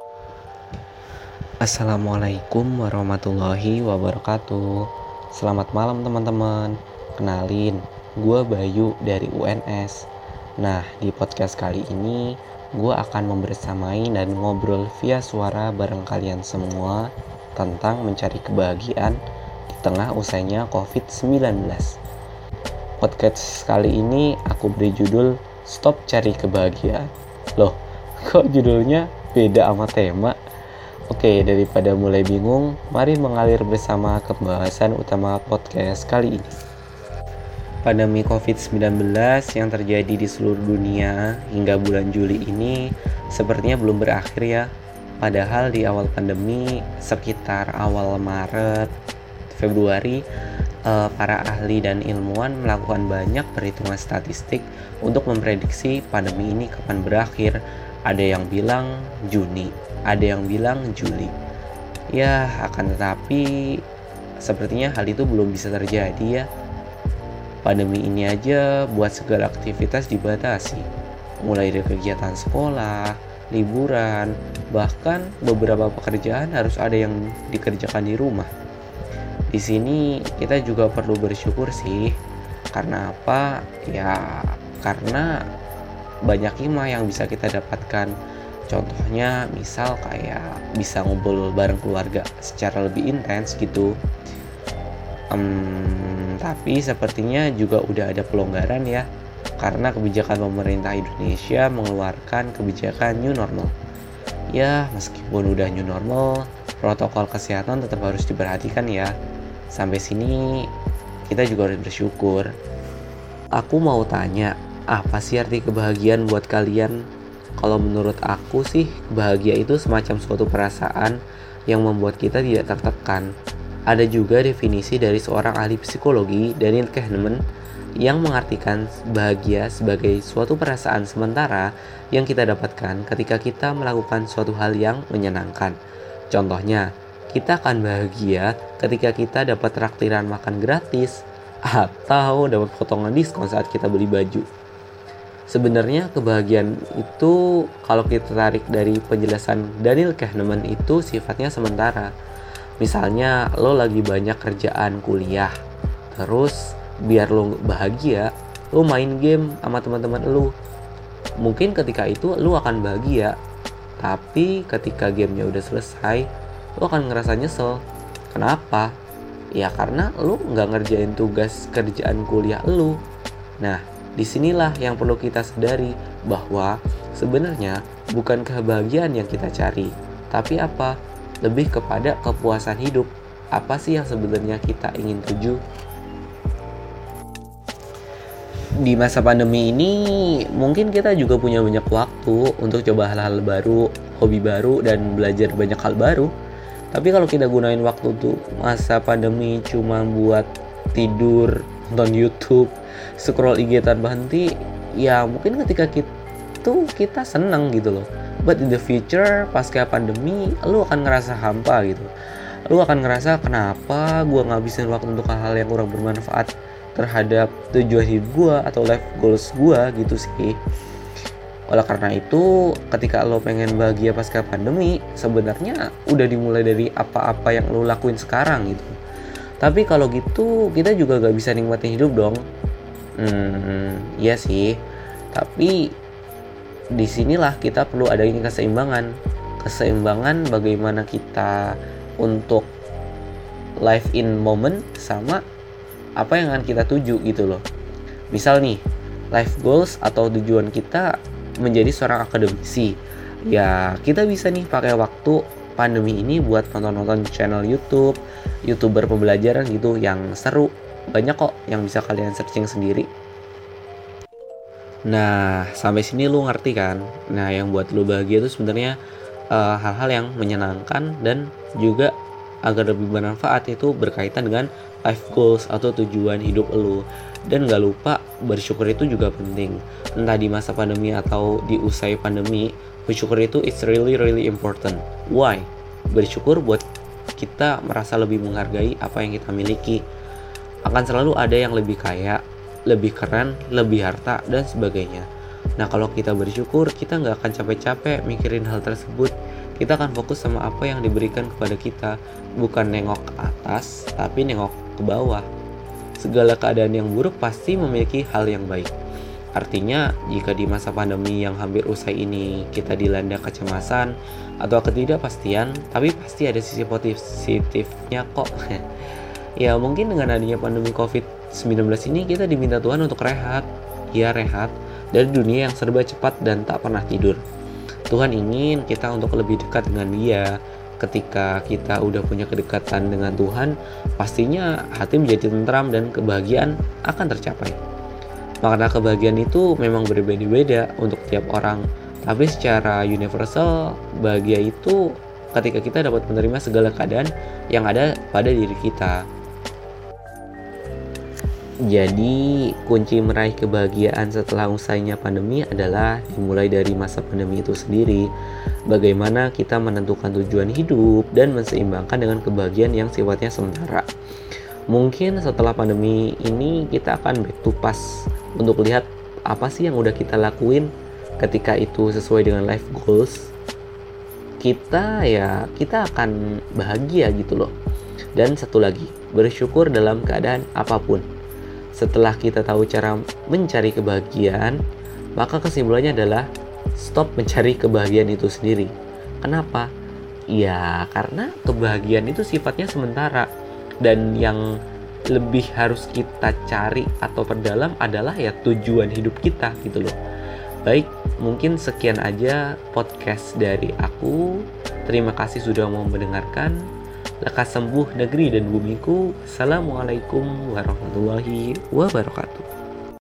Assalamualaikum warahmatullahi wabarakatuh. Selamat malam teman-teman. Kenalin, gue Bayu dari UNS. Nah, di podcast kali ini gue akan membersamai dan ngobrol via suara bareng kalian semua tentang mencari kebahagiaan di tengah usainya COVID-19. Podcast kali ini aku beri judul Stop Cari Kebahagiaan. Loh, kok judulnya beda sama tema? Oke, daripada mulai bingung, mari mengalir bersama ke pembahasan utama podcast kali ini. Pandemi COVID-19 yang terjadi di seluruh dunia hingga bulan Juli ini sepertinya belum berakhir ya. Padahal di awal pandemi, sekitar awal Maret, Februari, para ahli dan ilmuwan melakukan banyak perhitungan statistik untuk memprediksi pandemi ini kapan berakhir. Ada yang bilang Juni, ada yang bilang Juli. Ya, akan tetapi sepertinya hal itu belum bisa terjadi ya. Pandemi ini aja buat segala aktivitas dibatasi. Mulai dari kegiatan sekolah, liburan, bahkan beberapa pekerjaan harus ada yang dikerjakan di rumah. Di sini kita juga perlu bersyukur sih. Karena apa? Ya, karena banyak hikmah yang bisa kita dapatkan. Contohnya misal kayak bisa ngumpul bareng keluarga secara lebih intens gitu. Tapi sepertinya juga udah ada pelonggaran ya, karena kebijakan pemerintah Indonesia mengeluarkan kebijakan new normal. Ya, meskipun udah new normal, protokol kesehatan tetap harus diperhatikan ya. Sampai sini kita juga harus bersyukur. Aku mau tanya, apa sih arti kebahagiaan buat kalian? Kalau menurut aku sih, bahagia itu semacam suatu perasaan yang membuat kita tidak tertekan. Ada juga definisi dari seorang ahli psikologi, Daniel Kahneman, yang mengartikan bahagia sebagai suatu perasaan sementara yang kita dapatkan ketika kita melakukan suatu hal yang menyenangkan. Contohnya, kita akan bahagia ketika kita dapat traktiran makan gratis atau dapat potongan diskon saat kita beli baju. Sebenarnya kebahagiaan itu kalau kita tarik dari penjelasan Daniel Kahneman itu sifatnya sementara. Misalnya lo lagi banyak kerjaan kuliah, terus biar lo bahagia, lo main game sama teman-teman lo. Mungkin ketika itu lo akan bahagia, tapi ketika gamenya udah selesai, lo akan ngerasa nyesel. Kenapa? Ya karena lo nggak ngerjain tugas kerjaan kuliah lo. Nah, disinilah yang perlu kita sadari bahwa sebenarnya bukan kebahagiaan yang kita cari, tapi apa? Lebih kepada kepuasan hidup. Apa sih yang sebenarnya kita ingin tuju? Di masa pandemi ini mungkin kita juga punya banyak waktu untuk coba hal-hal baru, hobi baru, dan belajar banyak hal baru. Tapi kalau kita gunain waktu tuh masa pandemi cuma buat tidur, nonton YouTube, scroll IG tanpa henti, ya mungkin ketika kita seneng gitu loh. But in the future, pasca pandemi, lu akan ngerasa hampa gitu. Lu akan ngerasa kenapa gua ngabisin waktu untuk hal-hal yang kurang bermanfaat terhadap tujuan hidup gua atau life goals gua gitu sih. Oleh karena itu, ketika lo pengen bahagia pasca pandemi, sebenarnya udah dimulai dari apa-apa yang lo lakuin sekarang gitu. Tapi kalau gitu, kita juga gak bisa nikmatin hidup dong. Iya sih. Tapi disinilah kita perlu adanya keseimbangan. Keseimbangan bagaimana kita untuk live in moment sama apa yang akan kita tuju gitu loh. Misal nih, life goals atau tujuan kita menjadi seorang akademisi. Ya, kita bisa nih pakai waktu pandemi ini buat nonton-nonton channel YouTube, YouTuber pembelajaran gitu yang seru. Banyak kok yang bisa kalian searching sendiri. Nah, sampai sini lu ngerti kan? Nah, yang buat lu bahagia itu sebenarnya hal-hal yang menyenangkan dan juga agar lebih bermanfaat, itu berkaitan dengan life goals atau tujuan hidup lu. Dan gak lupa bersyukur itu juga penting. Entah di masa pandemi atau di usai pandemi, bersyukur itu it's really important. Why? Bersyukur buat kita merasa lebih menghargai apa yang kita miliki. Akan selalu ada yang lebih kaya, lebih keren, lebih harta, dan sebagainya. Nah, kalau kita bersyukur, kita nggak akan capek-capek mikirin hal tersebut. kita akan fokus sama apa yang diberikan kepada kita, bukan nengok ke atas, tapi nengok ke bawah. Segala keadaan yang buruk pasti memiliki hal yang baik. Artinya, jika di masa pandemi yang hampir usai ini kita dilanda kecemasan atau ketidakpastian, tapi pasti ada sisi positifnya kok. Ya mungkin dengan adanya pandemi COVID-19 ini kita diminta Tuhan untuk rehat. Ya rehat dari dunia yang serba cepat dan tak pernah tidur. Tuhan ingin kita untuk lebih dekat dengan Dia. Ketika kita udah punya kedekatan dengan Tuhan, pastinya hati menjadi tentram dan kebahagiaan akan tercapai. Makna kebahagiaan itu memang berbeda-beda untuk tiap orang, tapi secara universal, bahagia itu ketika kita dapat menerima segala keadaan yang ada pada diri kita. Jadi, kunci meraih kebahagiaan setelah usainya pandemi adalah dimulai dari masa pandemi itu sendiri. Bagaimana kita menentukan tujuan hidup dan menseimbangkan dengan kebahagiaan yang sifatnya sementara. Mungkin setelah pandemi ini kita akan back to past untuk lihat apa sih yang udah kita lakuin. Ketika itu sesuai dengan life goals kita akan bahagia gitu loh. Dan satu lagi, bersyukur dalam keadaan apapun. Setelah kita tahu cara mencari kebahagiaan, maka kesimpulannya adalah stop mencari kebahagiaan itu sendiri. Kenapa? Ya karena kebahagiaan itu sifatnya sementara, dan yang lebih harus kita cari atau perdalam adalah ya tujuan hidup kita gitu loh. Baik, mungkin sekian aja podcast dari aku. Terima kasih sudah mau mendengarkan. Lekas sembuh negeri dan bumiku. Assalamualaikum warahmatullahi wabarakatuh.